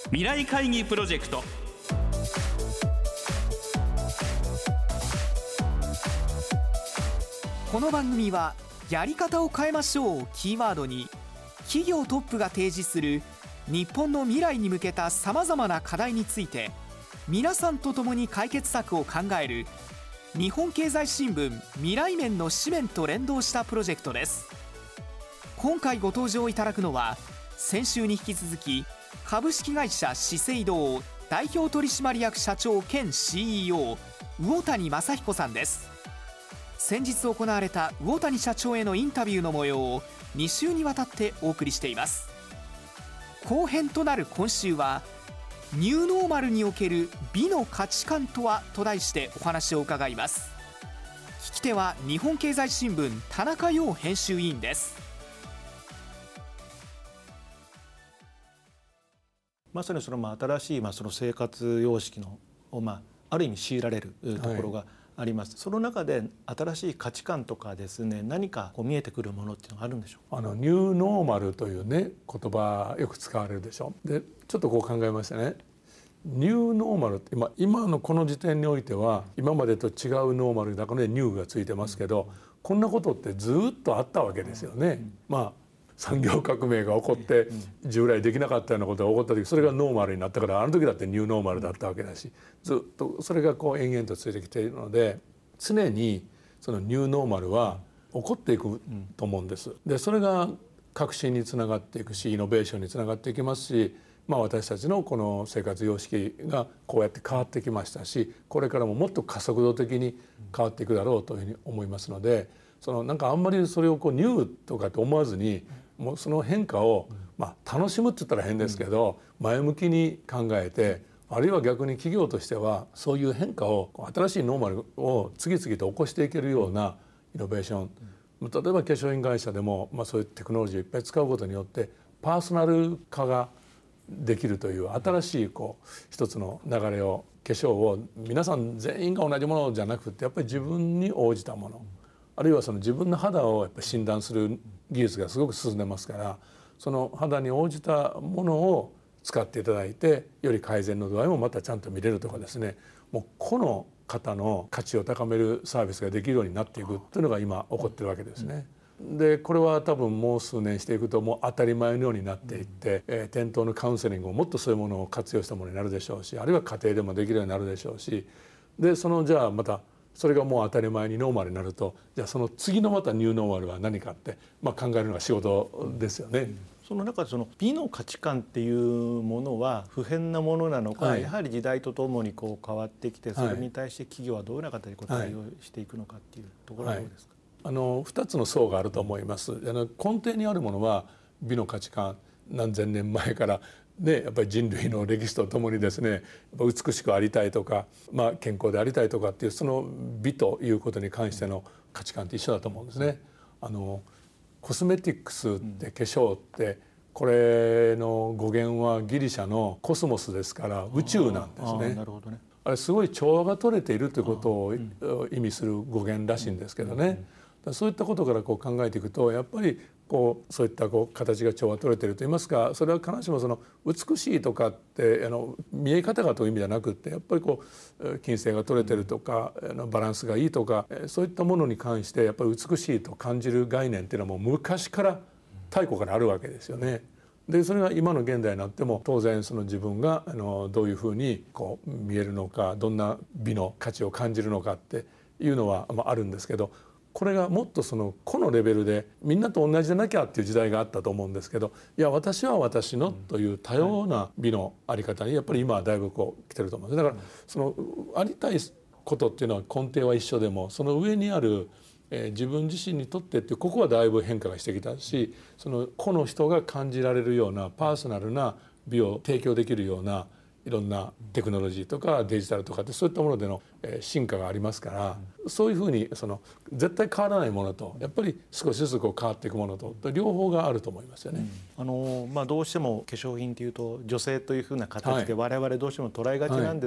未来会議プロジェクト。 この番組はやり方を変えましょうをキーワードに、企業トップが提示する日本の未来に向けたさまざまな課題について皆さんと共に解決策を考える日本経済新聞未来面の紙面と連動したプロジェクトです。今回ご登場いただくのは、先週に引き続き株式会社資生堂代表取締役社長兼 CEO 魚谷正彦さんです。先日行われた魚谷社長へのインタビューの模様を2週にわたってお送りしています。後編となる今週は、ニューノーマルにおける美の価値観とはと題してお話を伺います。聞き手は日本経済新聞田中陽編集委員です。 まさにその新しいその生活様式のをある意味強いられるところがあります。その中で新しい価値観とかですね、何か見えてくるものっていうのがあるんでしょうか。 ニューノーマルというね言葉よく使われるでしょ。でちょっと考えましたね。ニューノーマルって今のこの時点においては今までと違うノーマルだからニューがついてますけど、こんなことってずっとあったわけですよね。産業革命が起こって従来できなかったようなことが起こった時、それがノーマルになったから、あの時だってニューノーマルだったわけだし、ずっとそれが延々とついてきているので、常にそのニューノーマルは起こっていくと思うんです。でそれが革新につながっていくし、イノベーションにつながっていきますし、私たちのこの生活様式がこうやって変わってきましたし、これからももっと加速度的に変わっていくだろうというふうに思いますので、なんかあんまりそれをニューとかって思わずに、もうその変化を楽しむって言ったら変ですけど、前向きに考えて、あるいは逆に企業としてはそういう変化を、新しいノーマルを次々と起こしていけるようなイノベーション、例えば化粧品会社でも、そういうテクノロジーをいっぱい使うことによってパーソナル化ができるという新しい一つの流れを、化粧を皆さん全員が同じものじゃなくて、やっぱり自分に応じたもの、あるいはその自分の肌をやっぱり診断する技術がすごく進んでますから、その肌に応じたものを使っていただいて、より改善の度合いもまたちゃんと見れるとかですね、もうこの方の価値を高めるサービスができるようになっていくというのが今起こってるわけですね。でこれは多分もう数年していくともう当たり前のようになっていって、店頭のカウンセリングももっとそういうものを活用したものになるでしょうし、あるいは家庭でもできるようになるでしょうし、でじゃあまたそれがもう当たり前にノーマルになると、じゃあその次のまたニューノーマルは何かって考えるのが仕事ですよね。 その中で美の価値観っていうものは不変なものなのか、やはり時代とともに変わってきて、それに対して企業はどういう形で対応していくのかっていうところはどうですか。 2つの層があると思います。根底にあるものは美の価値観、何千年前からやっぱり人類の歴史とともにですね、美しくありたいとか、健康でありたいとかっていう、その美ということに関しての価値観って一緒だと思うんですね。コスメティックスって化粧って、これの語源はギリシャのコスモスですから宇宙なんですね。 なるほどね。 あれすごい調和が取れているということを意味する語源らしいんですけどね。そういったことから考えていくと、やっぱりそういった形が調和取れているといいますか、それは必ずしもその美しいとかって見え方がという意味じゃなくって、やっぱり均整が取れてるとかバランスがいいとか、そういったものに関してやっぱり美しいと感じる概念っていうのはもう昔から太古からあるわけですよね。でそれが今の現代になっても当然その自分がどういうふうに見えるのか、どんな美の価値を感じるのかっていうのはあるんですけど、これがもっと個のレベルでみんなと同じでなきゃっていう時代があったと思うんですけど、いや私は私のという多様な美のあり方にやっぱり今はだいぶ来てると思うんです。だからありたいことっていうのは根底は一緒でも、その上にある自分自身にとってっていう、ここはだいぶ変化がしてきたし、個の人が感じられるようなパーソナルな美を提供できるようないろんなテクノロジーとかデジタルとかってそういったものでの進化がありますから、そういうふうに絶対変わらないものとやっぱり少しずつ変わっていくものと両方があると思いますよね。 どうしても化粧品というと女性というふうな形で我々どうしても捉えがちなんです。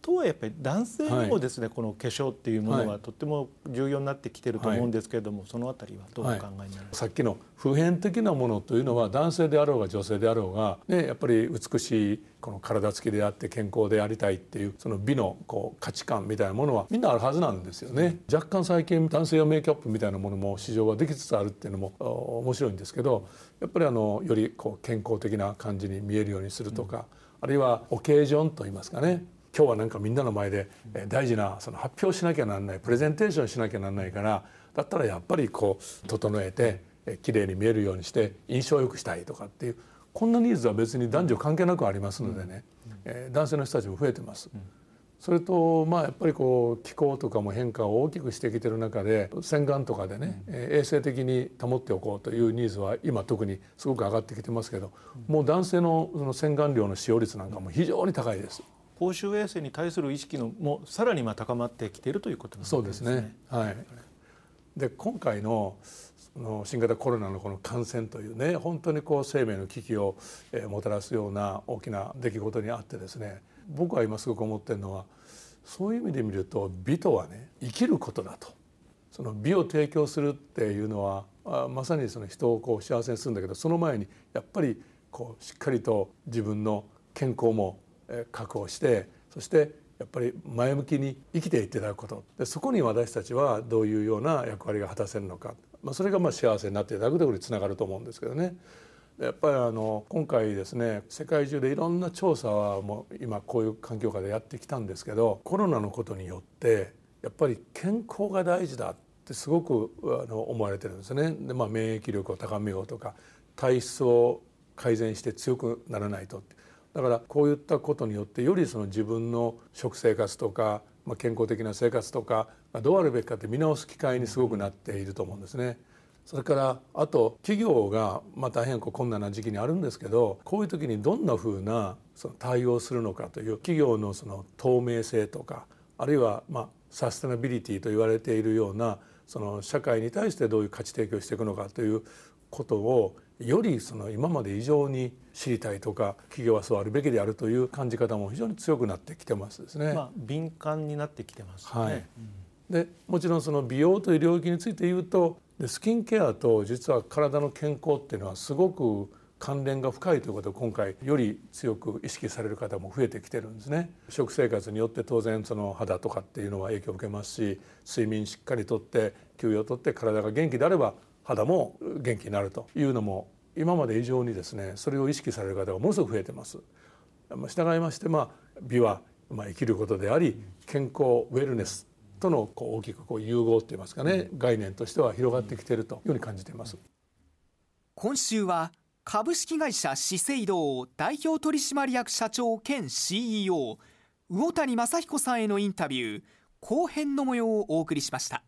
とはやっぱり男性にもですね、この化粧っていうものはとっても重要になってきてると思うんですけれども、そのあたりはどうお考えになりますか？ さっきの普遍的なものというのは男性であろうが女性であろうが、ね、やっぱり美しいこの体つきであって健康でありたいっていうその美の価値観みたいなものはみんなあるはずなんですよね。若干最近男性用メイクアップみたいなものも市場ができつつあるっていうのも面白いんですけど、やっぱりより健康的な感じに見えるようにするとか、あるいはオケージョンといいますかね、今日はなんかみんなの前で大事なその発表しなきゃならない、プレゼンテーションしなきゃならないから、だったらやっぱり整えて綺麗に見えるようにして印象を良くしたいとかっていう、こんなニーズは別に男女関係なくありますのでね、男性の人たちも増えてます。それとやっぱり気候とかも変化を大きくしてきてる中で、洗顔とかでね、衛生的に保っておこうというニーズは今特にすごく上がってきてますけど、もう男性のその洗顔料の使用率なんかも非常に高いです。 公衆衛生に対する意識のもさらに高まってきているということなんですね。 そうですね。はい。で今回の新型コロナのこの感染というね、本当に生命の危機をもたらすような大きな出来事にあってですね、僕は今すごく思ってるのは、そういう意味で見ると美とはね、生きることだと。その美を提供するっていうのはまさにその人を幸せにするんだけど、その前にやっぱりしっかりと自分の健康も確保して、そしてやっぱり前向きに生きていっていただくことで、そこに私たちはどういうような役割が果たせるのか、それが幸せになっていただくということにつながると思うんですけどね。やっぱり今回ですね、世界中でいろんな調査はもう今こういう環境下でやってきたんですけど、コロナのことによってやっぱり健康が大事だってすごく思われてるんですね。で、免疫力を高めようとか、体質を改善して強くならないと。だからこういったことによってよりその自分の食生活とか、健康的な生活とかどうあるべきかって見直す機会にすごくなっていると思うんですね。それからあと企業が大変困難な時期にあるんですけど、こういう時にどんなふうなその対応するのかという企業のその透明性とか、あるいはサステナビリティと言われているようなその社会に対してどういう価値提供していくのかということをよりその今まで以上に知りたいとか、企業はそうあるべきであるという感じ方も非常に強くなってきてますですね。 敏感になってきてますね。 はい。でもちろんその美容という領域について言うと、スキンケアと実は体の健康っていうのはすごく関連が深いということを今回より強く意識される方も増えてきてるんですね。食生活によって当然その肌とかっていうのは影響を受けますし、睡眠しっかりとって休養をとって体が元気であれば肌も元気になるというのも今まで以上にですね、それを意識される方がものすごく増えてます。従いまして美は生きることであり、健康ウェルネスとの大きく融合といいますかね、概念としては広がってきているというふうに感じています。 今週は株式会社資生堂代表取締役社長兼 CEO 魚谷正彦さんへのインタビュー後編の模様をお送りしました。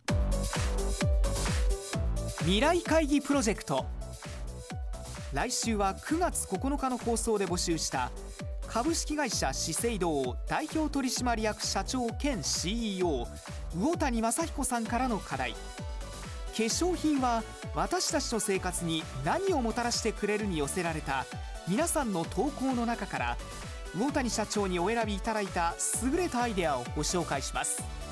未来会議プロジェクト、来週は9月9日の放送で募集した株式会社資生堂代表取締役社長兼 CEO 魚谷正彦さんからの課題、化粧品は私たちの生活に何をもたらしてくれるに寄せられた皆さんの投稿の中から、魚谷社長にお選びいただいた優れたアイデアをご紹介します。